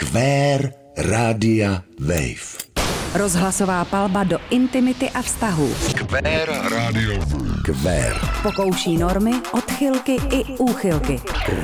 Kvér Rádia Wave. Rozhlasová palba do intimity a vztahů. Kvér Rádio Wave. Kvér. Pokouší normy, odchylky i úchylky.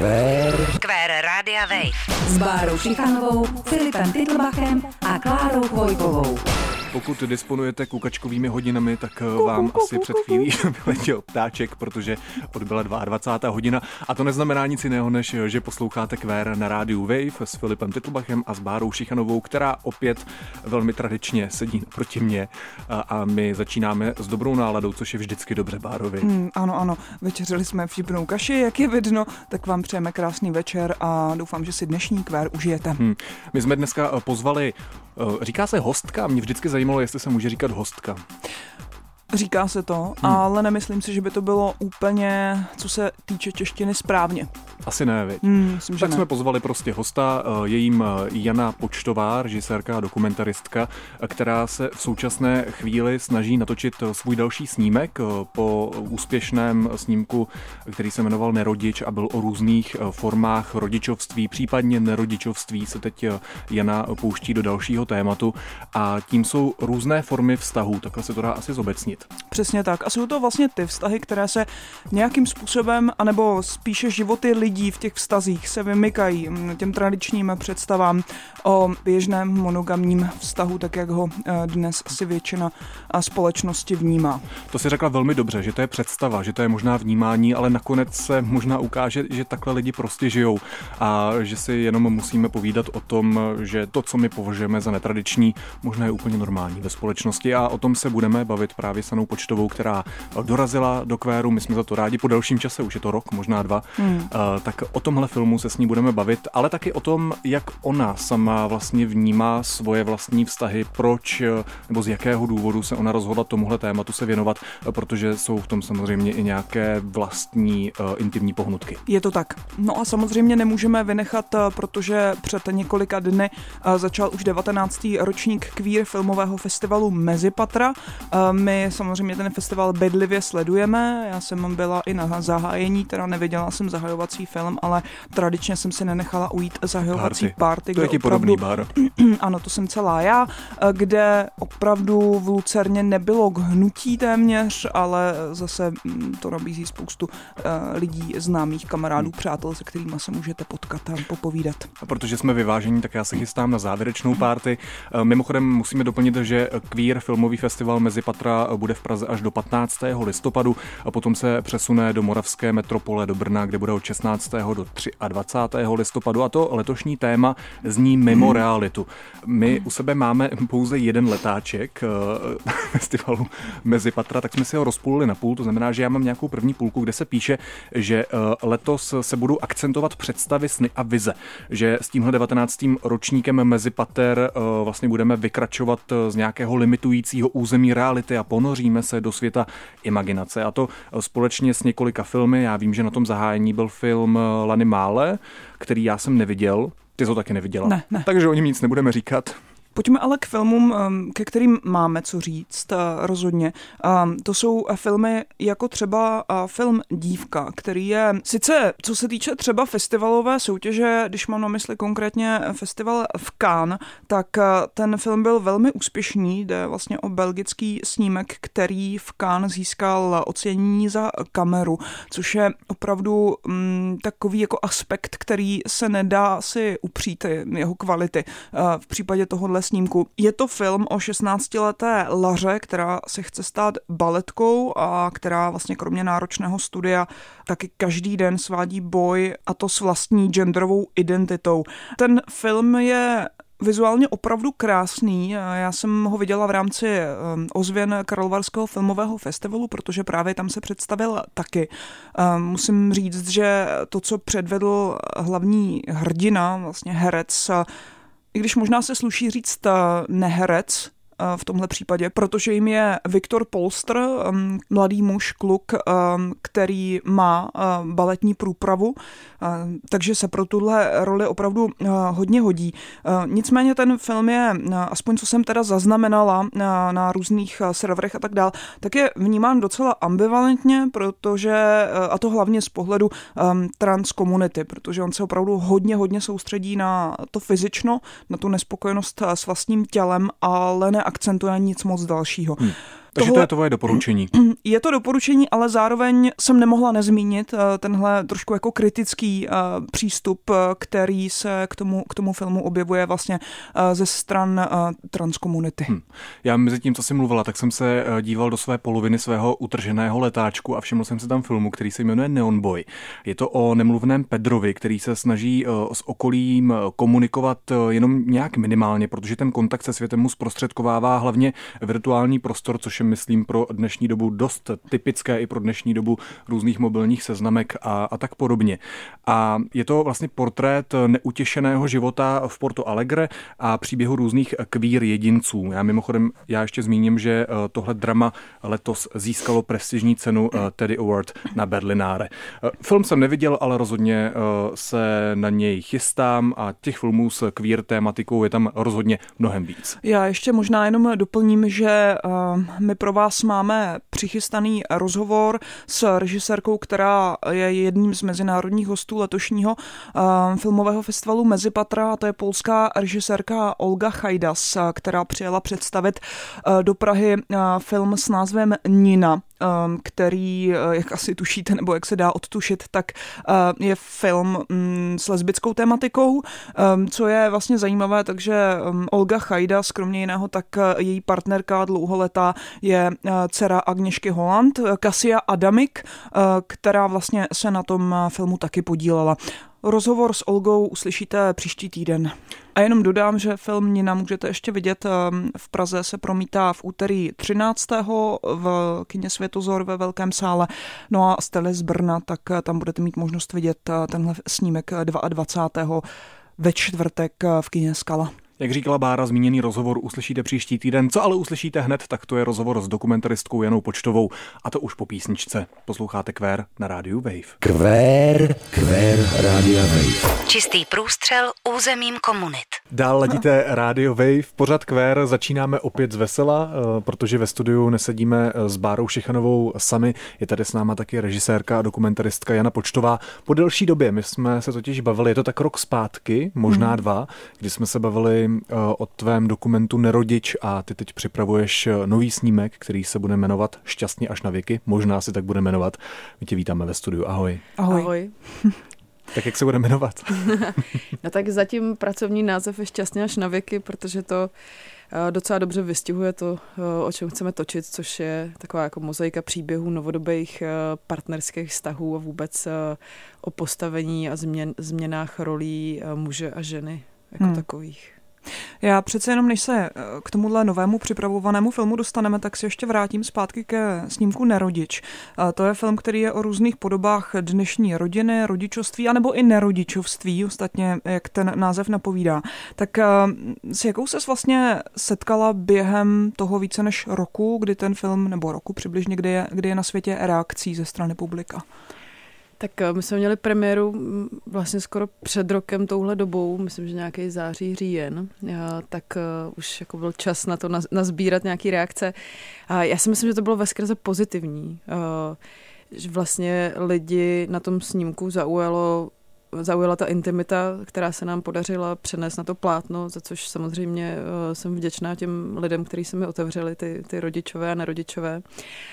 Kvér Rádia Wave. S Bárou Šichanovou, Filipem Titlbachem a Klárou Chvojkovou. Pokud disponujete kukačkovými hodinami, tak vám asi před chvílí vyletěl ptáček, protože odbyla 22. hodina. A to neznamená nic jiného, než že posloucháte Kvér na rádiu Wave s Filipem Titlbachem a s Bárou Šichanovou, která opět velmi tradičně sedí proti mně. A my začínáme s dobrou náladou, což je vždycky dobře, Bárovi. Ano. Večeřili jsme vtipnou kaši, jak je vidno, tak vám přejeme krásný večer a doufám, že si dnešní Kvér užijete. My jsme dneska pozvali, říká se hostka, mě vždycky zajímalo, jestli se může říkat hostka. Říká se to, ale nemyslím si, že by to bylo úplně, co se týče češtiny, správně. Asi ne, viď? Myslím, že tak ne. jsme pozvali prostě hosta, je jím Jana Počtová, režisérka a dokumentaristka, která se v současné chvíli snaží natočit svůj další snímek po úspěšném snímku, který se jmenoval Nerodič a byl o různých formách rodičovství, případně nerodičovství se teď Jana pouští do dalšího tématu a tím jsou různé formy vztahů, takhle se to dá asi zobecnit. Přesně tak. A jsou to vlastně ty vztahy, které se nějakým způsobem, anebo spíše životy lidí v těch vztazích se vymykají těm tradičním představám o běžném monogamním vztahu, tak jak ho dnes asi většina společnosti vnímá. To si řekla velmi dobře, že to je představa, že to je možná vnímání, ale nakonec se možná ukáže, že takhle lidi prostě žijou a že si jenom musíme povídat o tom, že to, co my považujeme za netradiční, možná je úplně normální ve společnosti a o tom se budeme bavit právě s Janou Počtovou, která dorazila do Kvéru, my jsme za to rádi po delším čase, už je to rok, možná 2, tak o tomhle filmu se s ní budeme bavit, ale taky o tom, jak ona sama vlastně vnímá svoje vlastní vztahy, proč nebo z jakého důvodu se ona rozhodla tomuhle tématu se věnovat, protože jsou v tom samozřejmě i nějaké vlastní intimní pohnutky. Je to tak. No a samozřejmě nemůžeme vynechat, protože před několika dny začal už 19. ročník Queer filmového festivalu Mezipatra. My samozřejmě ten festival bedlivě sledujeme, já jsem byla i na zahájení, teda neviděla jsem zahajovací film, ale tradičně jsem si nenechala ujít zahajovací party. To je ti podobný, Báro. Ano, to jsem celá já, kde opravdu v Lucerně nebylo k hnutí téměř, ale zase to nabízí spoustu lidí, známých kamarádů, přátel, se kterými se můžete potkat a popovídat. A protože jsme vyvážení, tak já se chystám na závěrečnou party. Mimochodem musíme doplnit, že Queer filmový festival Mezipatra bude v Praze až do 15. listopadu a potom se přesune do moravské metropole do Brna, kde bude od 16. do 23. listopadu a to letošní téma zní mimo realitu. My u sebe máme pouze jeden letáček festivalu Mezipatra, tak jsme si ho rozpůlili na půl, to znamená, že já mám nějakou první půlku, kde se píše, že letos se budou akcentovat představy, sny a vize, že s tímhle 19. ročníkem Mezipater vlastně budeme vykračovat z nějakého limitujícího území reality a ponoříme se do světa imaginace a to společně s několika filmy. Já vím, že na tom zahájení byl film Lany Mále, který já jsem neviděl. Ty to taky neviděla. Ne. Takže o něm nic nebudeme říkat. Pojďme ale k filmům, ke kterým máme co říct, rozhodně. To jsou filmy jako třeba film Dívka, který je sice, co se týče třeba festivalové soutěže, když mám na mysli konkrétně festival v Cannes, tak ten film byl velmi úspěšný, jde vlastně o belgický snímek, který v Cannes získal ocenění za kameru, což je opravdu takový jako aspekt, který se nedá si upřít jeho kvality v případě tohohle snímku. Je to film o 16leté Laře, která se chce stát baletkou a která vlastně kromě náročného studia taky každý den svádí boj a to s vlastní genderovou identitou. Ten film je vizuálně opravdu krásný. Já jsem ho viděla v rámci ozvěn Karlovarského filmového festivalu, protože právě tam se představil taky. Musím říct, že to, co předvedl hlavní hrdina, vlastně herec, i když možná se sluší říct neherec, v tomhle případě, protože jim je Viktor Polster, mladý muž, kluk, který má baletní průpravu, takže se pro tuhle roli opravdu hodně hodí. Nicméně ten film je, aspoň co jsem teda zaznamenala na různých serverech a tak dál, tak je vnímán docela ambivalentně, protože, a to hlavně z pohledu trans komunity, protože on se opravdu hodně soustředí na to fyzično, na tu nespokojenost s vlastním tělem, ale neakcentuje nic moc dalšího. Takže to je tvoje doporučení. Je to doporučení, ale zároveň jsem nemohla nezmínit tenhle trošku jako kritický přístup, který se k tomu filmu objevuje vlastně ze stran transkomunity. Já mezi tím, co jsi mluvila, tak jsem se díval do své poloviny svého utrženého letáčku a všiml jsem se tam filmu, který se jmenuje Neon Boy. Je to o nemluvném Pedrovi, který se snaží s okolím komunikovat jenom nějak minimálně, protože ten kontakt se světem mu zprostředkovává hlavně virtuální prostor, což je, myslím, pro dnešní dobu dost typické i pro dnešní dobu různých mobilních seznamek a tak podobně. A je to vlastně portrét neutěšeného života v Porto Alegre a příběhu různých queer jedinců. Já ještě zmíním, že tohle drama letos získalo prestižní cenu Teddy Award na Berlináre. Film jsem neviděl, ale rozhodně se na něj chystám a těch filmů s queer tématikou je tam rozhodně mnohem víc. Já ještě možná jenom doplním, že my pro vás máme přichystaný rozhovor s režisérkou, která je jedním z mezinárodních hostů letošního filmového festivalu Mezipatra, a to je polská režisérka Olga Chajdas, která přijela představit do Prahy film s názvem Nina, který, jak asi tušíte, nebo jak se dá odtušit, tak je film s lesbickou tematikou, co je vlastně zajímavé, takže Olga Chajdas, kromě jiného, tak její partnerka dlouholetá je dcera Agněšky Holland, Kasia Adamik, která vlastně se na tom filmu taky podílela. Rozhovor s Olgou uslyšíte příští týden. A jenom dodám, že film Nina můžete ještě vidět. V Praze se promítá v úterý 13. v kině Světozor ve Velkém sále. No a jste-li z Brna, tak tam budete mít možnost vidět tenhle snímek 22. ve čtvrtek v kině Skala. Jak říkala Bára, zmíněný rozhovor uslyšíte příští týden. Co ale uslyšíte hned, tak to je rozhovor s dokumentaristkou Janou Počtovou. A to už po písničce. Posloucháte Queer na rádiu Wave. Queer Rádia Wave. Čistý průstřel územím komunit. Dál ladíte rádio Wave. Pořad Queer začínáme opět z vesela, protože ve studiu nesedíme s Bárou Šichanovou sami. Je tady s náma taky režisérka a dokumentaristka Jana Počtová. Po delší době my jsme se totiž bavili, je to tak rok zpátky, možná 2, kdy jsme se bavili o tvém dokumentu Nerodič a ty teď připravuješ nový snímek, který se bude jmenovat Šťastně až na věky. Možná si tak bude jmenovat. My tě vítáme ve studiu. Ahoj. Ahoj. Tak jak se bude jmenovat? No tak zatím pracovní název je Šťastně až na věky, protože to docela dobře vystihuje to, o čem chceme točit, což je taková jako mozaika příběhů novodobých partnerských vztahů a vůbec o postavení a změnách rolí muže a ženy jako takových. Já přece jenom, než se k tomuhle novému připravovanému filmu dostaneme, tak si ještě vrátím zpátky ke snímku Nerodič. To je film, který je o různých podobách dnešní rodiny, rodičovství, anebo i nerodičovství, ostatně jak ten název napovídá. Tak s jakou ses vlastně setkala během toho více než roku, kdy ten film, nebo roku přibližně, kdy je na světě reakcí ze strany publika? Tak my jsme měli premiéru vlastně skoro před rokem touhle dobou, myslím, že nějaký září, říjen, tak už jako byl čas na to nazbírat nějaký reakce. Já si myslím, že to bylo veskrze pozitivní, že vlastně lidi na tom snímku zaujala ta intimita, která se nám podařila přenést na to plátno, za což samozřejmě jsem vděčná těm lidem, kteří se mi otevřeli, ty rodičové a nerodičové.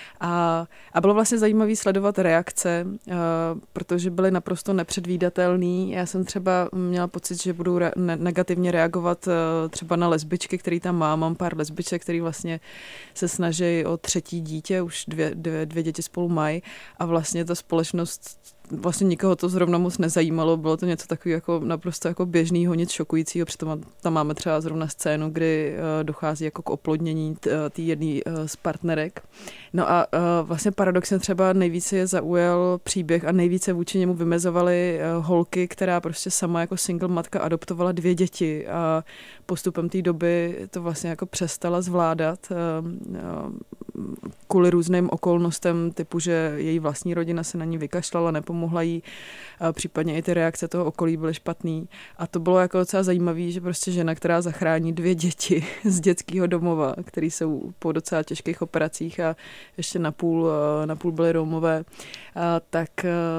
A bylo vlastně zajímavé sledovat reakce, protože byly naprosto nepředvídatelný. Já jsem třeba měla pocit, že budou negativně reagovat třeba na lesbičky, který tam mám pár lesbiček, který vlastně se snaží o 3. dítě, už dvě děti spolu mají a vlastně ta společnost vlastně nikoho to zrovna moc nezajímalo, bylo to něco takového jako naprosto jako běžného, nic šokujícího, přitom tam máme třeba zrovna scénu, kdy dochází jako k oplodnění té jedné z partnerek. No a vlastně paradoxně třeba nejvíce je zaujal příběh a nejvíce vůči němu vymezovaly holky, která prostě sama jako single matka adoptovala 2 děti a postupem té doby to vlastně jako přestala zvládat kvůli různým okolnostem typu, že její vlastní rodina se na ní vykašlala, nepomohla jí, případně i ty reakce toho okolí byly špatný. A to bylo jako docela zajímavé, že prostě žena, která zachrání 2 děti z dětského domova, který jsou po docela těžkých operacích a ještě napůl byly Romové, tak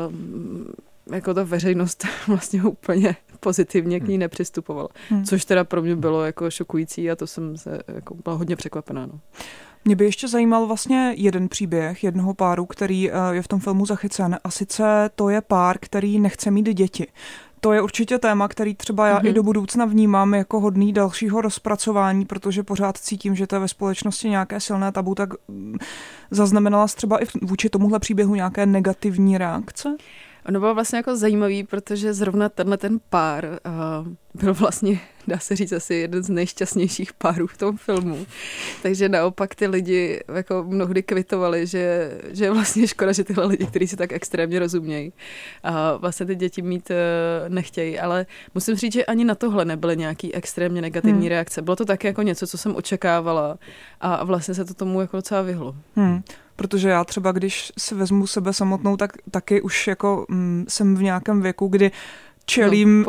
jako ta veřejnost vlastně úplně pozitivně k ní nepřistupovala. Což teda pro mě bylo jako šokující a to jsem se jako byla hodně překvapená. No. Mě by ještě zajímal vlastně jeden příběh jednoho páru, který je v tom filmu zachycen, a sice to je pár, který nechce mít děti. To je určitě téma, který třeba já i do budoucna vnímám jako hodný dalšího rozpracování, protože pořád cítím, že to je ve společnosti nějaké silné tabu, tak zaznamenala třeba i vůči tomuhle příběhu nějaké negativní reakce? Ono bylo vlastně jako zajímavý, protože zrovna ten pár byl vlastně, dá se říct, asi jeden z nejšťastnějších párů v tom filmu. Takže naopak ty lidi jako mnohdy kvitovali, že je vlastně škoda, že tyhle lidi, kteří si tak extrémně rozumějí, vlastně ty děti mít nechtějí. Ale musím říct, že ani na tohle nebyly nějaký extrémně negativní reakce. Bylo to taky jako něco, co jsem očekávala a vlastně se to tomu jako docela vyhlo. Protože já třeba, když si vezmu sebe samotnou, tak taky už jako jsem v nějakém věku, kdy čelím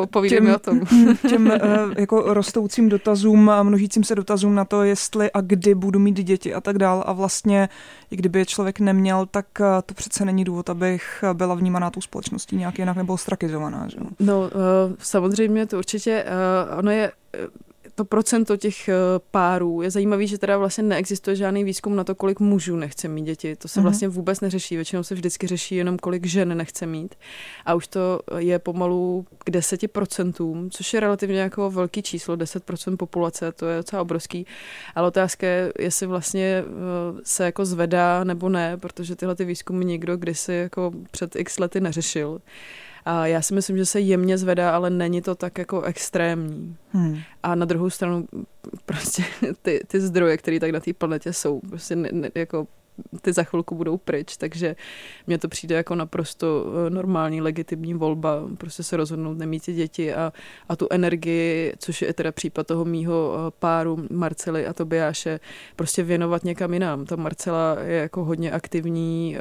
těm jako rostoucím dotazům a množícím se dotazům na to, jestli a kdy budu mít děti a tak dál. A vlastně, i kdyby je člověk neměl, tak to přece není důvod, abych byla vnímaná tou společností nějak jinak nebo ostrakizovaná. Že? No, samozřejmě to určitě, ono je... To procento těch párů je zajímavý, že teda vlastně neexistuje žádný výzkum na to, kolik mužů nechce mít děti. To se vlastně vůbec neřeší. Většinou se vždycky řeší jenom, kolik žen nechce mít. A už to je pomalu k 10%, což je relativně jako velký číslo, 10% populace, to je docela obrovský. Ale otázka je, jestli vlastně se jako zvedá nebo ne, protože tyhle ty výzkumy nikdo kdysi jako před x lety neřešil. A já si myslím, že se jemně zvedá, ale není to tak jako extrémní. A na druhou stranu prostě ty zdroje, které tak na té planetě jsou, prostě jako ty za chvilku budou pryč, takže mně to přijde jako naprosto normální, legitimní volba, prostě se rozhodnout nemít děti a tu energii, což je teda případ toho mýho páru Marcely a Tobiáše, prostě věnovat někam jinam. Ta Marcela je jako hodně aktivní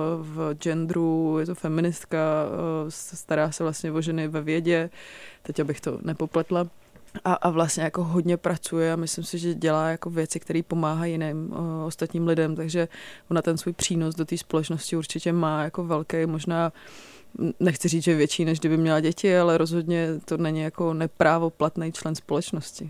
v genderu, je to feministka, stará se vlastně o ženy ve vědě, teď abych to nepopletla. A vlastně jako hodně pracuje a myslím si, že dělá jako věci, které pomáhají jiným ostatním lidem, takže ona ten svůj přínos do té společnosti určitě má jako velký, možná nechci říct, že větší, než kdyby měla děti, ale rozhodně to není jako neprávoplatný člen společnosti.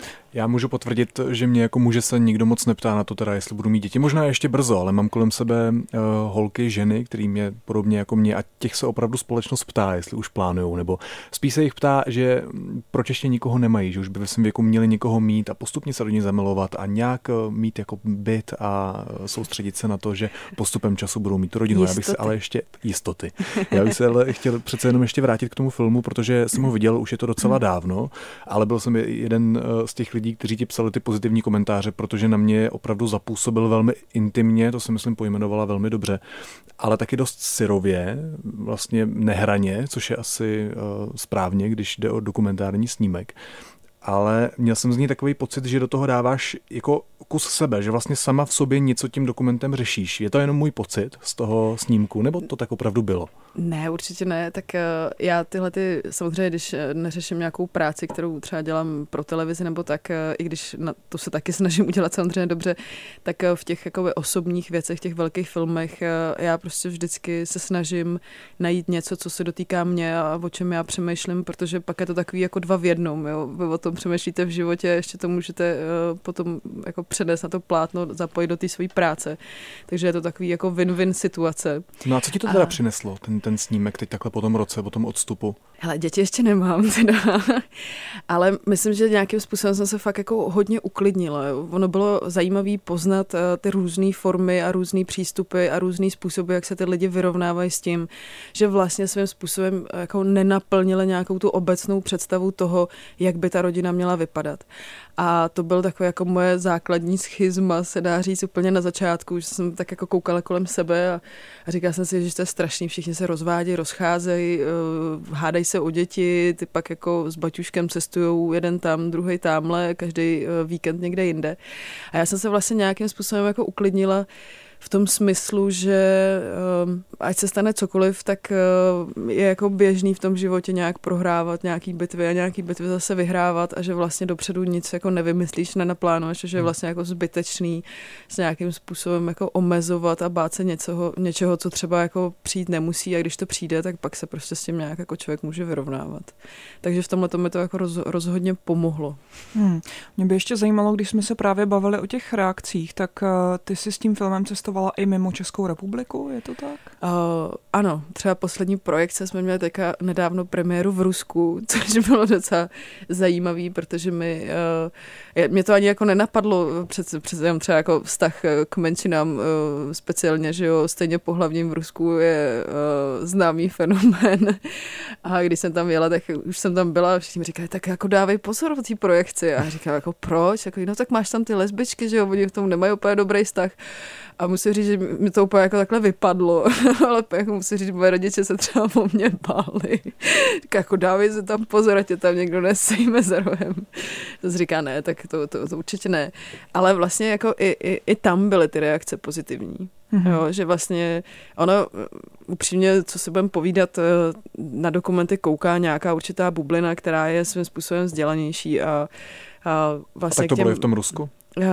Já můžu potvrdit, že mě jako muže se nikdo moc neptá na to teda, jestli budu mít děti. Možná ještě brzo, ale mám kolem sebe holky, ženy, který mě podobně jako mě a těch se opravdu společnost ptá, jestli už plánujou, nebo spíš se jich ptá, že proč ještě nikoho nemají, že už by ve svém věku měli někoho mít a postupně se do ní zamilovat a nějak mít jako byt a soustředit se na to, že postupem času budou mít rodinu. Jistoty. Já bych se ale ještě jistoty. Já bych se ale chtěl přece jenom ještě vrátit k tomu filmu, protože jsem ho viděl, už je to docela dávno, ale byl jsem jeden z těch lidí, kteří ti psali ty pozitivní komentáře, protože na mě opravdu zapůsobil velmi intimně, to si myslím pojmenovala velmi dobře, ale taky dost syrově, vlastně nehraně, což je asi správně, když jde o dokumentární snímek. Ale měl jsem z ní takový pocit, že do toho dáváš jako kus sebe, že vlastně sama v sobě něco tím dokumentem řešíš. Je to jenom můj pocit z toho snímku, nebo to tak opravdu bylo? Ne, určitě ne. Tak já samozřejmě, když neřeším nějakou práci, kterou třeba dělám pro televizi, nebo tak, i když na to se taky snažím udělat samozřejmě dobře, tak v těch jakoby osobních věcech, těch velkých filmech, já prostě vždycky se snažím najít něco, co se dotýká mě a o čem já přemýšlím, protože pak je to takový jako 2 v 1, jo? O tom přemýšlíte v životě, ještě to můžete potom jako přenést na to plátno, zapojit do té své práce. Takže je to takový jako win-win situace. No a co ti to teda přineslo, ten snímek teď takhle po tom roce, po tom odstupu? Hele, děti ještě nemám teda, ale myslím, že nějakým způsobem jsem se fakt jako hodně uklidnila. Ono bylo zajímavé poznat ty různé formy a různé přístupy a různý způsoby, jak se ty lidi vyrovnávají s tím, že vlastně svým způsobem jako nenaplnili nějakou tu obecnou představu toho, jak by ta rodina měla vypadat. A to byl takové jako moje základní schizma, se dá říct úplně na začátku, že jsem tak jako koukala kolem sebe a říkala jsem si, že to je strašný, všichni se rozvádějí, rozcházejí, hádají se o děti, ty pak jako s baťuškem cestujou jeden tam, druhý tamhle, každý víkend někde jinde. A já jsem se vlastně nějakým způsobem jako uklidnila v tom smyslu, že ať se stane cokoliv, tak je jako běžný v tom životě nějak prohrávat nějaký bitvy a nějaký bitvy zase vyhrávat a že vlastně dopředu nic jako nevymyslíš, nenaplánuješ, že je vlastně jako zbytečný s nějakým způsobem jako omezovat a bát se něčeho, co třeba jako přijít nemusí a když to přijde, tak pak se prostě s tím nějak jako člověk může vyrovnávat. Takže v tomhle mi to jako rozhodně pomohlo. Mě by ještě zajímalo, když jsme se právě bavili o těch reakcích, tak ty si s tím filmem cestovala i mimo Českou republiku, je to tak? Ano, třeba poslední projekce jsme měli teďka nedávno premiéru v Rusku, což bylo docela zajímavý, protože mě to ani jako nenapadlo, přece třeba jako vztah k menšinám speciálně, že jo, stejně pohlavním v Rusku je známý fenomén. A když jsem tam jela, tak už jsem tam byla a všichni mi říkali, tak jako dávej pozor v té projekci. A říkám, jako proč? Jako, no tak máš tam ty lesbičky, že jo, oni v tom nemají úplně dobrý vztah. A musím říct, že mi to úplně jako takhle vypadlo, ale jako musím říct, že moje rodiče se třeba o mě báli. Jako dávej se tam pozor, ať tě tam někdo nesejme za rohem. To si říká, ne, tak to určitě ne. Ale vlastně jako i tam byly ty reakce pozitivní. Jo, že vlastně ono upřímně, co si budeme povídat, na dokumenty kouká nějaká určitá bublina, která je svým způsobem vzdělanější a vlastně tak to bylo i v tom Rusku?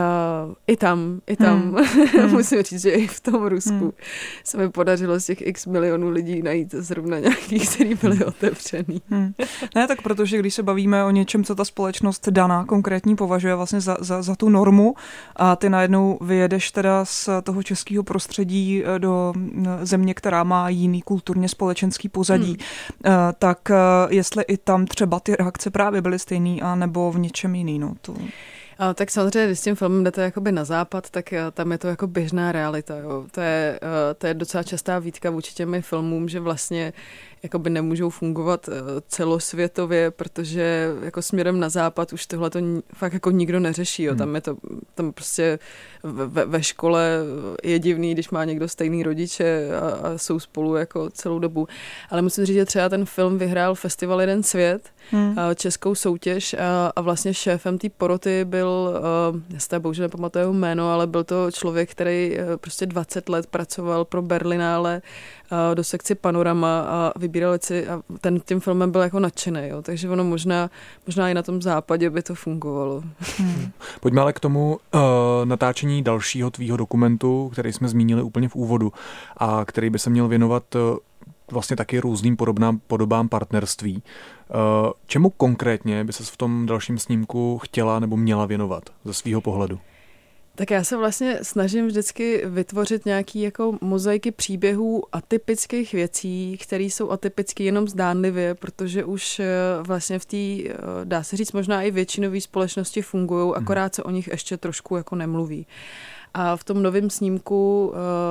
I tam. Musím říct, že i v tom Rusku se mi podařilo z těch x milionů lidí najít zrovna nějaký, který byli otevřený. Ne, tak protože když se bavíme o něčem, co ta společnost daná konkrétní považuje vlastně za tu normu a ty najednou vyjedeš teda z toho českého prostředí do země, která má jiný kulturně společenský pozadí, tak jestli i tam třeba ty reakce právě byly stejný a nebo v něčem jiný, no to... Tak samozřejmě, když s tím filmem jdete jakoby na západ, tak tam je to jako běžná realita. Jo. To je docela častá výtka vůči těm filmům, že vlastně jakoby nemůžou fungovat celosvětově, protože jako směrem na západ už tohle to fakt jako nikdo neřeší. Jo. Tam prostě ve škole je divný, když má někdo stejný rodiče a jsou spolu jako celou dobu. Ale musím říct, že třeba ten film vyhrál festival Jeden svět, českou soutěž a vlastně šéfem té poroty byl, já si bohužel nepamatuju jméno, ale byl to člověk, který prostě 20 let pracoval pro Berlinále do sekci Panorama a vybíral si a tím filmem byl jako nadšený, jo. Takže ono možná i na tom západě by to fungovalo. Pojďme ale k tomu natáčení dalšího tvýho dokumentu, který jsme zmínili úplně v úvodu a který by se měl věnovat vlastně taky různým podobám partnerství. Čemu konkrétně by ses v tom dalším snímku chtěla nebo měla věnovat ze svýho pohledu? Tak já se vlastně snažím vždycky vytvořit nějaký jako mozaiky příběhů atypických věcí, které jsou atypické jenom zdánlivě, protože už vlastně v té, dá se říct, možná i většinové společnosti fungují, akorát se o nich ještě trošku jako nemluví. A v tom novém snímku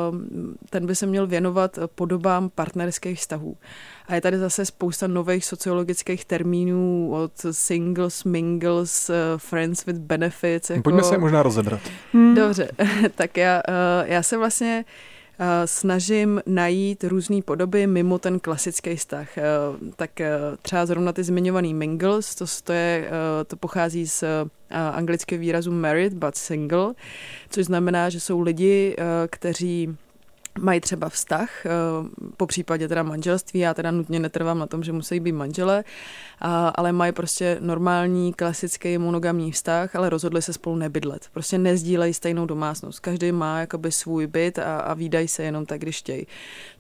ten by se měl věnovat podobám partnerských vztahů. A je tady zase spousta nových sociologických termínů od singles, mingles, friends with benefits. Jako... Pojďme se možná rozebrat. Dobře, tak já se vlastně snažím najít různé podoby mimo ten klasický vztah. Tak třeba zrovna ty zmiňovaný mingles, to pochází z anglického výrazu married but single, což znamená, že jsou lidi, kteří mají třeba vztah, po případě teda manželství, já teda nutně netrvám na tom, že musí být manželé, ale mají prostě normální, klasický monogamní vztah, ale rozhodli se spolu nebydlet. Prostě nezdílejí stejnou domácnost. Každý má jakoby svůj byt a vídají se jenom tak, když chtějí.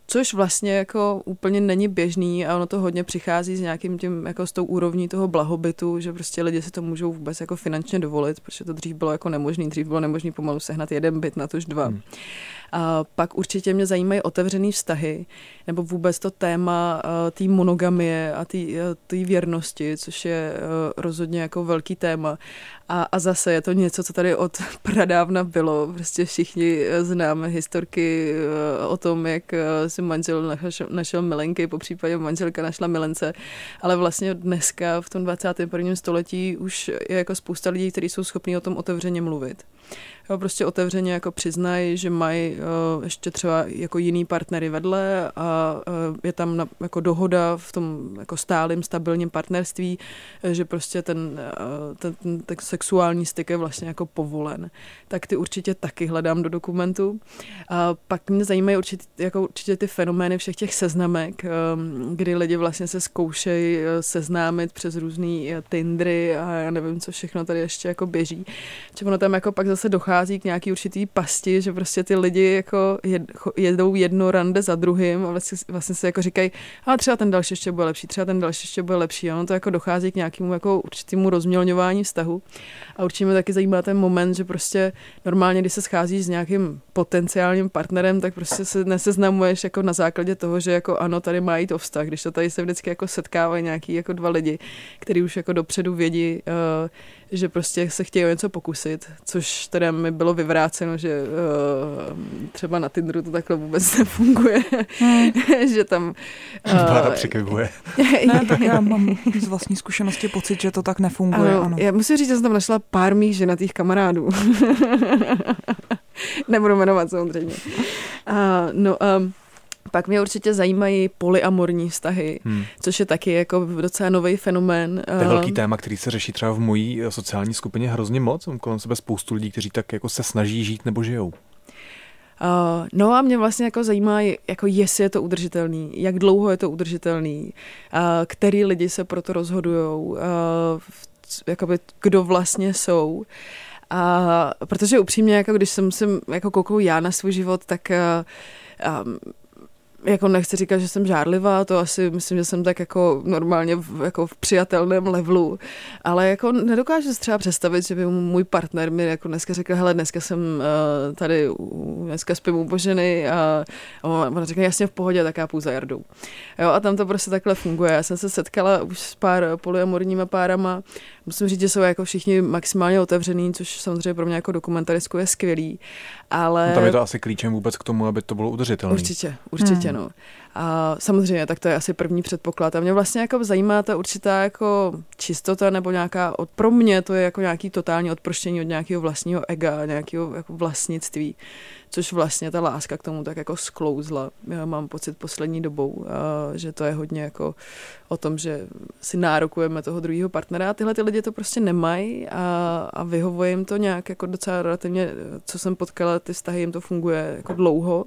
Což vlastně jako úplně není běžný a ono to hodně přichází s nějakým tím, jako s tou úrovní toho blahobytu, že prostě lidi si to můžou vůbec jako finančně dovolit, protože to dřív bylo jako nemožný, pomalu sehnat jeden byt, natož dva. A pak určitě mě zajímají otevřený vztahy, nebo vůbec to téma té monogamie a té věrnosti, což je rozhodně jako velký téma. A zase je to něco, co tady od pradávna bylo. Prostě všichni známe historky o tom, jak si manžel našel milenky, popřípadě manželka našla milence, ale vlastně dneska v tom 21. století už je jako spousta lidí, kteří jsou schopní o tom otevřeně mluvit. Jo, prostě otevřeně jako přiznají, že mají ještě třeba jako jiný partnery vedle a je tam jako dohoda v tom jako stálým, stabilním partnerství, že prostě ten sexuální styk je vlastně jako povolen. Tak ty určitě taky hledám do dokumentu. A pak mě zajímají určitě ty fenomény všech těch seznamek, kdy lidi vlastně se zkoušejí seznámit přes různý Tindery a já nevím, co všechno tady ještě jako běží. Či ono tam jako pak zase dochází k nějaký určitý pasti, že prostě ty lidi jako jedou jedno rande za druhým a vlastně se jako říkají, a třeba ten další ještě bude lepší, třeba ten další ještě bude lepší. A ono to jako dochází k nějakému jako určitému rozmělňování vztahu. A určitě mě taky zajímá ten moment, že prostě normálně, když se scházíš s nějakým potenciálním partnerem, tak prostě se neseznamuješ jako na základě toho, že jako ano, tady má jít o vztah, když to tady se vždycky jako setkávají nějaký jako dva lidi, kteří už jako dopředu vědí, že prostě se chtějí o něco pokusit, což teda mi bylo vyvráceno, že třeba na Tinderu to takhle vůbec nefunguje, že tam... Bára překvipuje. Ne, tak já mám z vlastní zkušenosti pocit, že to tak nefunguje. Ano. Já musím říct, že jsem tam našla pár mých ženatých kamarádů. Nebudu jmenovat samozřejmě. Pak mě určitě zajímají polyamorní vztahy, což je taky jako docela nový fenomén. To je velký téma, který se řeší třeba v mojí sociální skupině hrozně moc. Mám kolem sebe spoustu lidí, kteří tak jako se snaží žít nebo žijou. No a mě vlastně jako zajímá, jako jestli je to udržitelný, jak dlouho je to udržitelný, který lidi se proto rozhodujou, jakoby kdo vlastně jsou. Protože upřímně, jako když jsem jako koukal já na svůj život, tak jako nechci říkat, že jsem žárlivá, to asi myslím, že jsem tak jako normálně jako v přijatelném levelu, ale jako nedokážu si třeba představit, že by můj partner mi jako dneska řekl, hele, dneska jsem tady, dneska spím u Boženy a ona řekne, jasně v pohodě, tak já půjdu za Jardou. Jo, a tam to prostě takhle funguje. Já jsem se setkala už s pár polyamorníma párama, musím říct, že jsou jako všichni maximálně otevřený, což samozřejmě pro mě jako dokumentaristku je skvělý, ale... No tam je to asi klíčem vůbec k tomu, aby to bylo udržitelné. Určitě, no. A samozřejmě, tak to je asi první předpoklad. A mě vlastně jako zajímá ta určitá jako čistota nebo nějaká, pro mě to je jako nějaký totální odproštění od nějakého vlastního ega, nějakého jako vlastnictví, což vlastně ta láska k tomu tak jako sklouzla. Já mám pocit poslední dobou, že to je hodně jako o tom, že si nárokujeme toho druhého partnera a tyhle ty lidi to prostě nemají a vyhovuje jim to nějak jako docela relativně, co jsem potkala, ty vztahy jim to funguje jako dlouho.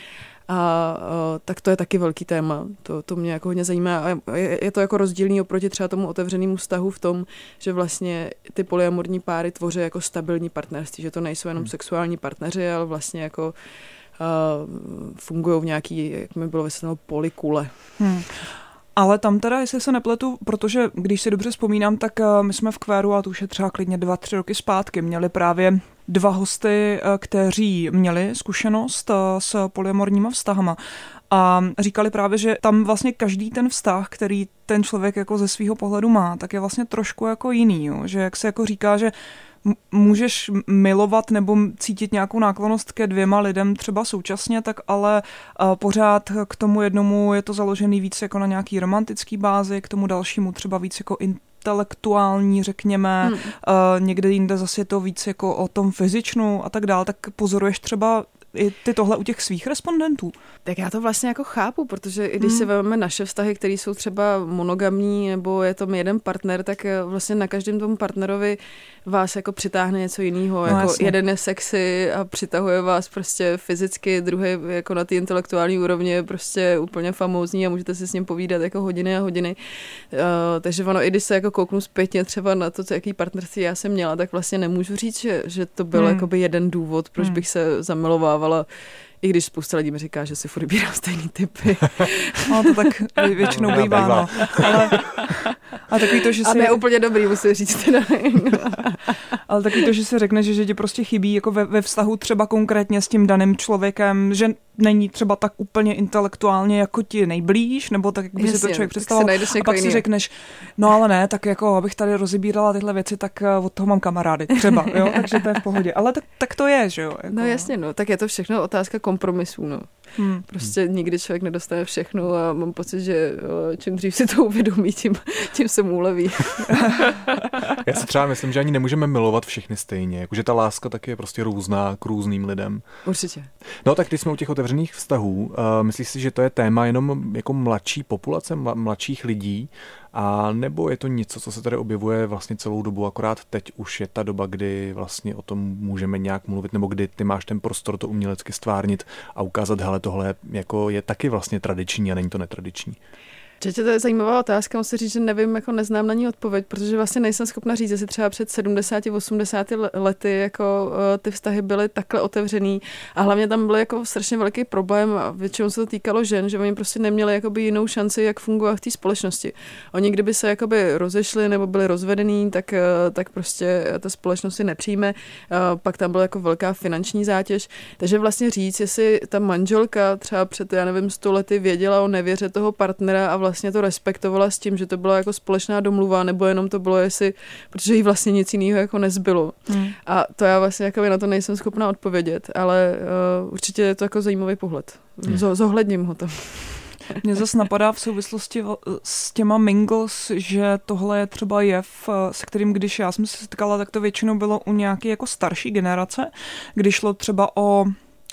Tak to je taky velký téma. To mě jako hodně zajímá. A je to jako rozdílný oproti třeba tomu otevřenému vztahu v tom, že vlastně ty polyamorní páry tvoří jako stabilní partnerství, že to nejsou jenom sexuální partneři, ale vlastně jako fungují v nějaký, jak mi bylo vysvětleno, polykule. Ale tam teda, jestli se nepletu, protože když si dobře vzpomínám, tak my jsme v Kvéru, a to už je třeba klidně 2-3 roky zpátky, měli právě 2 hosty, kteří měli zkušenost s polyamorníma vztahama. A říkali právě, že tam vlastně každý ten vztah, který ten člověk jako ze svého pohledu má, tak je vlastně trošku jako jiný. Jo? Že jak se jako říká, že můžeš milovat nebo cítit nějakou náklonnost ke 2 lidem třeba současně, tak ale pořád k tomu jednomu je to založený víc jako na nějaký romantický bázi, k tomu dalšímu třeba víc jako intelektuální, řekněme, někde jinde zase je to víc jako o tom fyzičnu a tak dál, tak pozoruješ třeba i ty tohle u těch svých respondentů? Tak já to vlastně jako chápu, protože i když si vezmeme naše vztahy, které jsou třeba monogamní nebo je tam jeden partner, tak vlastně na každém tom partnerovi vás jako přitáhne něco jiného. No, jako jeden je sexy a přitahuje vás prostě fyzicky, druhý jako na té intelektuální úrovni je prostě úplně famózní a můžete si s ním povídat jako hodiny a hodiny. Takže ono, i když se jako kouknu zpětně třeba na to, jaký partnerství já jsem měla, tak vlastně nemůžu říct, že to byl jakoby jeden důvod, proč bych se zamilovávala I když spousta lidí mi říká, že si furt vybírám stejný typy. No to tak většinou bývá, no. Ale takový to, že si... A ne úplně dobrý, musím říct teda. Ale takový to, že si řekne, že ti prostě chybí jako ve vztahu třeba konkrétně s tím daným člověkem, že není třeba tak úplně intelektuálně jako ti nejblíž, nebo tak, jak by si to člověk představoval. A pak si řekneš, no ale ne, tak jako abych tady rozebírala tyhle věci, tak od toho mám kamarády třeba, jo, takže to je v pohodě. Ale tak to je, že jo. Jako, no jasně, no, tak je to všechno otázka kompromisů, no. Prostě nikdy člověk nedostane všechno a mám pocit, že čím dřív si to uvědomí, tím se mu uleví. Já si třeba myslím, že ani nemůžeme milovat všechny stejně, jakože ta láska taky je prostě různá k různým lidem. Určitě. No tak když jsme u těch otevřených vztahů, myslíš si, že to je téma jenom jako mladší populace, mladších lidí, a nebo je to něco, co se tady objevuje vlastně celou dobu, akorát teď už je ta doba, kdy vlastně o tom můžeme nějak mluvit, nebo kdy ty máš ten prostor to umělecky stvárnit a ukázat, hele, tohle jako je taky vlastně tradiční a není to netradiční. Určitě to je zajímavá otázka, musím říct, že nevím, jako neznám na ní odpověď, protože vlastně nejsem schopna říct, jestli třeba před 70-80 lety jako ty vztahy byly takhle otevřený a hlavně tam byl jako strašně velký problém a většinou se to týkalo žen, že oni prostě neměli jakoby jinou šanci, jak fungovat v té společnosti. Oni kdyby se jakoby rozešli nebo byli rozvedený, tak prostě ta společnost si nepřijme, pak tam byla jako velká finanční zátěž, takže vlastně říct, jestli ta manželka třeba před, 100 lety věděla o nevěře toho partnera a vlastně to respektovala s tím, že to byla jako společná domluva, nebo jenom to bylo, protože jí vlastně nic jiného jako nezbylo. A to já vlastně jako na to nejsem schopná odpovědět, ale určitě je to jako zajímavý pohled. Zohledním ho tam. Mně zase napadá v souvislosti s těma mingles, že tohle je třeba jev, se kterým když já jsem se setkala, tak to většinou bylo u nějaké jako starší generace, když šlo třeba o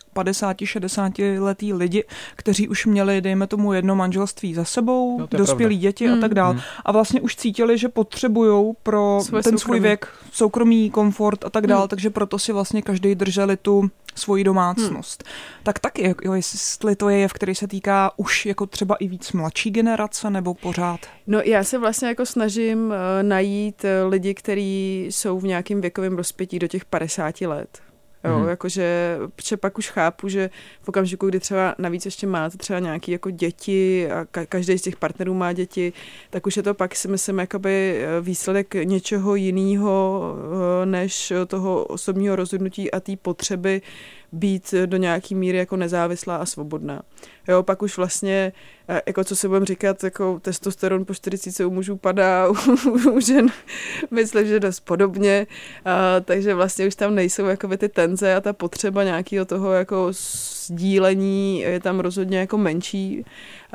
50-60 letý lidi, kteří už měli, dejme tomu, jedno manželství za sebou, dospělí děti a tak dál. A vlastně už cítili, že potřebujou pro ten svůj věk soukromý, komfort a tak dál, takže proto si vlastně každý drželi tu svoji domácnost. Tak taky, jestli to je jev, který se týká už jako třeba i víc mladší generace, nebo pořád? No já se vlastně jako snažím najít lidi, kteří jsou v nějakém věkovém rozpětí do těch 50 let. Jo, jakože pak už chápu, že v okamžiku, kdy třeba navíc ještě máte třeba nějaký jako děti a každý z těch partnerů má děti, tak už je to pak si myslím jakoby výsledek něčeho jiného než toho osobního rozhodnutí a té potřeby být do nějaký míry jako nezávislá a svobodná. Jo, pak už vlastně, jako co si budeme říkat, jako testosteron po 40 u mužů padá, u žen myslím, že dost podobně, takže vlastně už tam nejsou jakoby ty tenze a ta potřeba nějakého toho jako sdílení je tam rozhodně jako menší,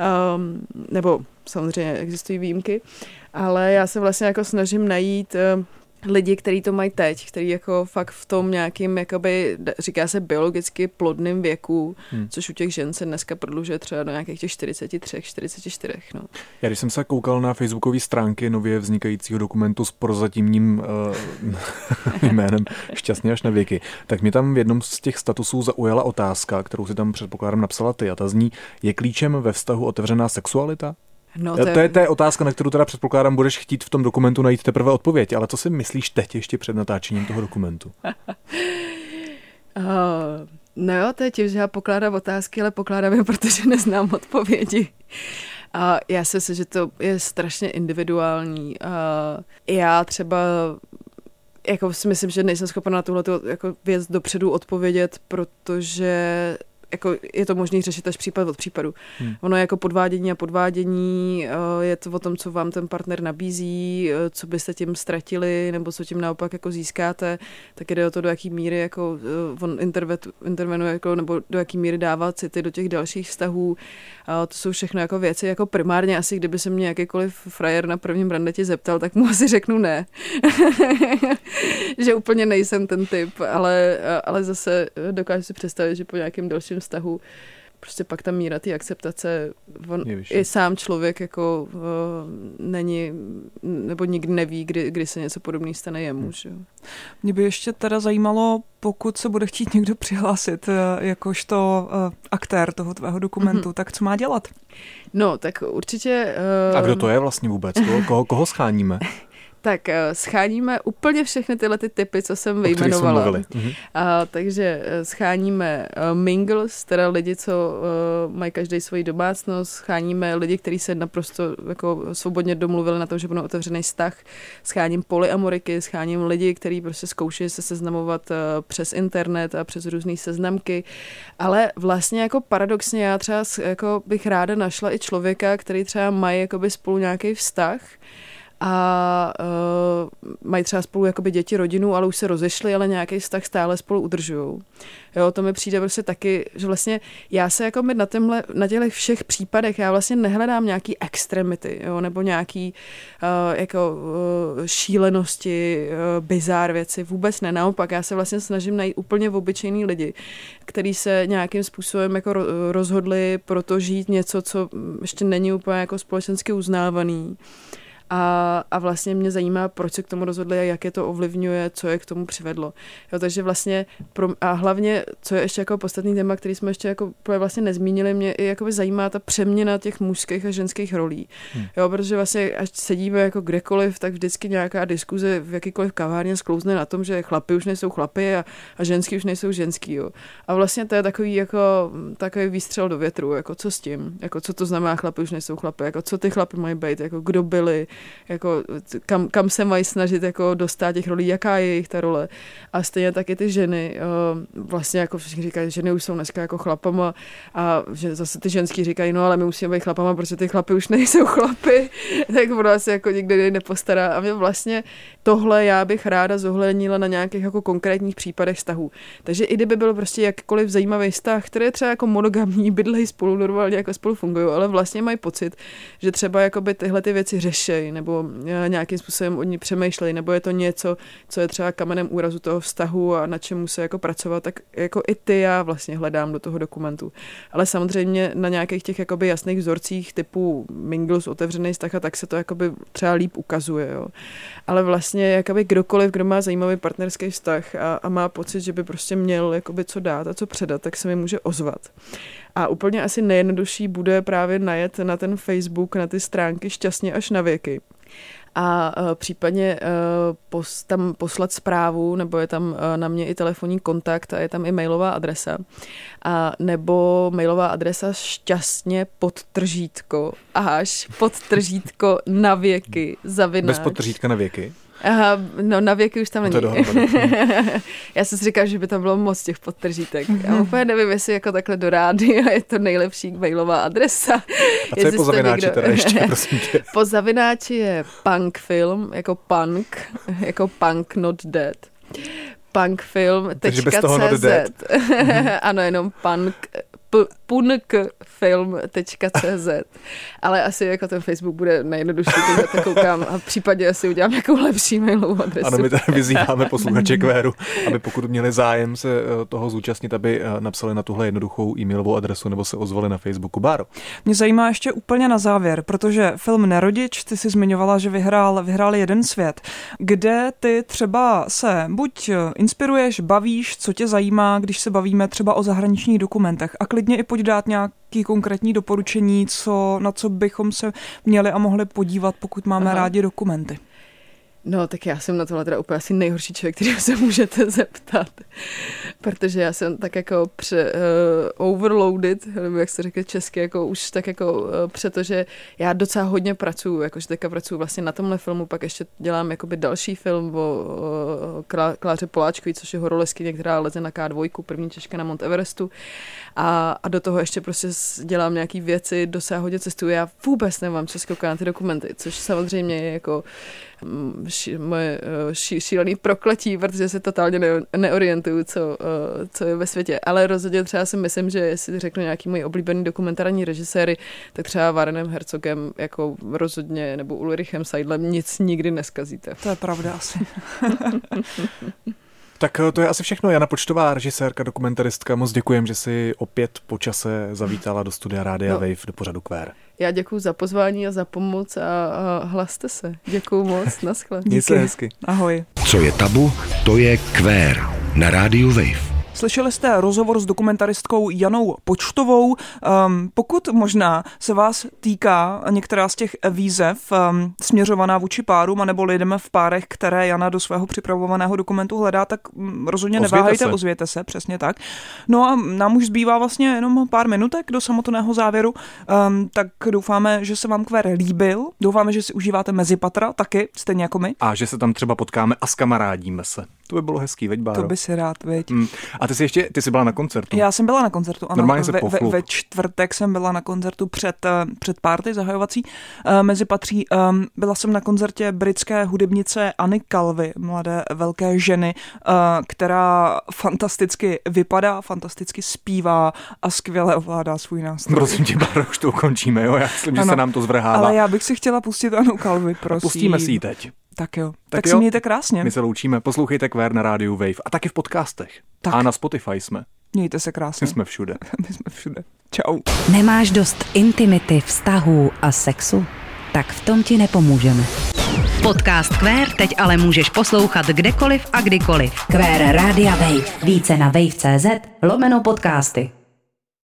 nebo samozřejmě existují výjimky, ale já se vlastně jako snažím najít lidi, kteří to mají teď, kteří jako fakt v tom nějakým, jakoby, říká se biologicky plodným věku, což u těch žen se dneska prodlužuje třeba do nějakých těch 43, 44. No. Já když jsem se koukal na facebookové stránky nově vznikajícího dokumentu s prozatímním jménem Šťastně až na věky, tak mě tam v jednom z těch statusů zaujala otázka, kterou si tam předpokládám napsala ty, a ta zní, je klíčem ve vztahu otevřená sexualita? No, to je otázka, na kterou teda předpokládám, budeš chtít v tom dokumentu najít teprve odpověď, ale co si myslíš teď ještě před natáčením toho dokumentu? No jo, to je tím, že já pokládám otázky, ale pokládám je, protože neznám odpovědi. A já si myslím, že to je strašně individuální. Já třeba jako si myslím, že nejsem schopna na tuhleto jako věc dopředu odpovědět, protože jako je to možné řešit až případ od případu. Ono je jako podvádění a podvádění, je to o tom, co vám ten partner nabízí, co byste tím ztratili, nebo co tím naopak jako získáte, tak jde o to, do jaký míry jako on intervenuje, jako, nebo do jaký míry dává city do těch dalších vztahů. To jsou všechno jako věci, jako primárně asi, kdyby se mě jakýkoliv frajer na prvním randetě zeptal, tak mu asi řeknu ne. Že úplně nejsem ten typ, ale zase dokážu si představit, že po nějakém dalším vztahu prostě pak ta míra té akceptace, on i sám člověk jako není, nebo nikdy neví, kdy se něco podobného stane jemu. Že? Mě by ještě teda zajímalo, pokud se bude chtít někdo přihlásit jakožto aktér toho tvého dokumentu, tak co má dělat? No, tak určitě... A kdo to je vlastně vůbec? Koho scháníme? Tak scháníme úplně všechny tyhle ty typy, co jsem vyjmenovala. Takže scháníme mingles, teda lidi, co mají každý svoji domácnost, scháníme lidi, kteří se naprosto jako svobodně domluvili na tom, že budou otevřený vztah, scháním polyamoriky, scháním lidi, kteří prostě zkouší se seznamovat přes internet a přes různé seznamky, ale vlastně jako paradoxně já třeba jako bych ráda našla i člověka, který třeba mají jakoby spolu nějaký vztah a mají třeba spolu jakoby děti, rodinu, ale už se rozešli, ale nějaký vztah stále spolu udržujou. Jo, to mi přijde prostě taky, že vlastně já se jako na těchto všech případech já vlastně nehledám nějaký extremity, jo, nebo nějaký šílenosti, bizár věci, vůbec ne, naopak, já se vlastně snažím najít úplně obyčejný lidi, kteří se nějakým způsobem jako rozhodli pro to žít něco, co ještě není úplně jako společensky uznávaný. A vlastně mě zajímá, proč se k tomu rozhodli a jak je to ovlivňuje, co je k tomu přivedlo. Jo, takže vlastně a hlavně, co je ještě jako podstatný téma, který jsme ještě jako vlastně nezmínili, mě i jakoby zajímá ta přeměna těch mužských a ženských rolí. Jo, protože vlastně až sedíme jako kdekoliv, tak vždycky nějaká diskuze v jakýkoliv kavárně sklouzne na tom, že chlapi už nejsou chlapi a ženský už nejsou ženský. Jo. A vlastně to je takový výstřel do větru, jako co s tím, jako co to znamená chlapi už nejsou chlapi, jako co ty chlapi mají být, jako kdo byli, jako kam se mají snažit jako dostat těch rolí, jaká je jejich ta role. A stejně taky ty ženy, vlastně jako všichni říkají, že ženy už jsou dneska jako chlapama a že zase ty ženský říkají, no ale my musíme být chlapama, protože ty chlapy už nejsou chlapy, tak ono se jako nikdy nepostará. A mě vlastně tohle já bych ráda zohlednila na nějakých jako konkrétních případech vztahů. Takže i kdyby byl prostě jakkoliv zajímavý vztah, který je třeba jako monogamní, bydlejí spolu, normálně jako spolu fungují, ale vlastně mají pocit, že třeba jakoby tyhle ty věci řešejí, nebo nějakým způsobem o ní přemýšlejí, nebo je to něco, co je třeba kamenem úrazu toho vztahu a na čemu se jako pracovat, tak jako i ty já vlastně hledám do toho dokumentu. Ale samozřejmě na nějakých těch jakoby jasných vzorcích typu mingles, otevřený vztah a tak se to jakoby třeba líp ukazuje. Jo. Ale vlastně jakoby kdokoliv, kdo má zajímavý partnerský vztah a má pocit, že by prostě měl jakoby co dát a co předat, tak se mi může ozvat. A úplně asi nejjednodušší bude právě najet na ten Facebook, na ty stránky Šťastně až na věky. A případně tam poslat zprávu, nebo je tam na mě i telefonní kontakt a je tam i mailová adresa. A nebo mailová adresa šťastně_až_navěky _. Bez podtržítka na věky? Aha, no na věky už tam není. No Já jsem si říkal, že by tam bylo moc těch podtržítek. Já úplně nevím, jestli jako takhle do rádia je to nejlepší mailová adresa. A co je po zavináči teda ještě, prosím tě? Po zavináči je punkfilm, jako punk not dead. Punkfilm.cz. Ano, jenom punkfilm.cz. Ale asi jako ten Facebook bude nejjednodušší, teď to koukám a v případě asi udělám nějakou lepší mailovou adresu. Ano, my tady vyzýváme posluchače Quéru, aby pokud měli zájem se toho zúčastnit, aby napsali na tuhle jednoduchou e-mailovou adresu nebo se ozvali na Facebooku. Báro. Mě zajímá ještě úplně na závěr, protože film Nerodič, ty si zmiňovala, že vyhrál Jeden svět, kde ty třeba se buď inspiruješ, bavíš, co tě zajímá, když se bavíme třeba o zahraničních dokumentech a klidně i pojď dát nějaký konkrétní doporučení, na co bychom se měli a mohli podívat, pokud máme rádi dokumenty. No, tak já jsem na tohle teda úplně asi nejhorší člověk, kterého se můžete zeptat, protože já jsem tak jako overloaded, nebo jak se řekne česky, jako už tak jako protože já docela hodně pracuju, jakože teďka pracuju vlastně na tomhle filmu, pak ještě dělám jakoby další film o Kláře Poláčkové, což je horolezkyně, která leze na K2, první Češka na Mount Everestu a do toho ještě prostě dělám nějaký věci, docela hodně cestuju, já vůbec nemám čas koukat na ty dokumenty, což samozřejmě je jako moje šílený prokletí, protože se totálně neorientuju, co je ve světě. Ale rozhodně třeba si myslím, že jestli řeknu nějaký můj oblíbený dokumentární režiséry, tak třeba Warrenem Herzogem jako rozhodně, nebo Ulrichem Seidlem nic nikdy neskazíte. To je pravda asi. Tak to je asi všechno. Jana Počtová, režisérka, dokumentaristka. Moc děkujem, že jsi opět po čase zavítala do studia Rádia Wave do pořadu Quér. Já děkuju za pozvání a za pomoc a hlaste se. Děkuju moc, naschle. Měj se hezky. Ahoj. Co je tabu, to je Quér na Rádiu Wave. Slyšeli jste rozhovor s dokumentaristkou Janou Počtovou. Pokud možná se vás týká některá z těch výzev směřovaná vůči párům anebo lidem v párech, které Jana do svého připravovaného dokumentu hledá, tak rozhodně neváhejte, ozvěte se, přesně tak. No a nám už zbývá vlastně jenom pár minutek do samotného závěru, tak doufáme, že se vám Kvér líbil, doufáme, že si užíváte Mezipatra taky, stejně jako my. A že se tam třeba potkáme a skamarádíme se. To by bylo hezký, veď, Báro? To by si rád, veď. A ty jsi byla na koncertu? Já jsem byla na koncertu, ano. Normálně se poflup. Ve čtvrtek jsem byla na koncertu před party zahajovací Mezipatří. Byla jsem na koncertě britské hudebnice Anny Calvy, mladé velké ženy, která fantasticky vypadá, fantasticky zpívá a skvěle ovládá svůj nástroj. Prosím tě, Báro, už to ukončíme, jo? Já myslím, že se nám to zvrhává. Ale já bych si chtěla pustit Annu Calvy, prosím. Pustíme si ji teď. Tak jo. Tak si mějte krásně. My se loučíme. Poslouchejte Kvér na rádiu Wave a taky v podcastech. Tak. A na Spotify jsme. Mějte se krásně. My jsme všude. My jsme všude. Čau. Nemáš dost intimity, vztahů a sexu? Tak v tom ti nepomůžeme. Podcast Kvér teď ale můžeš poslouchat kdekoliv a kdykoliv. Kvér Rádia Wave. Více na wave.cz/podcasty.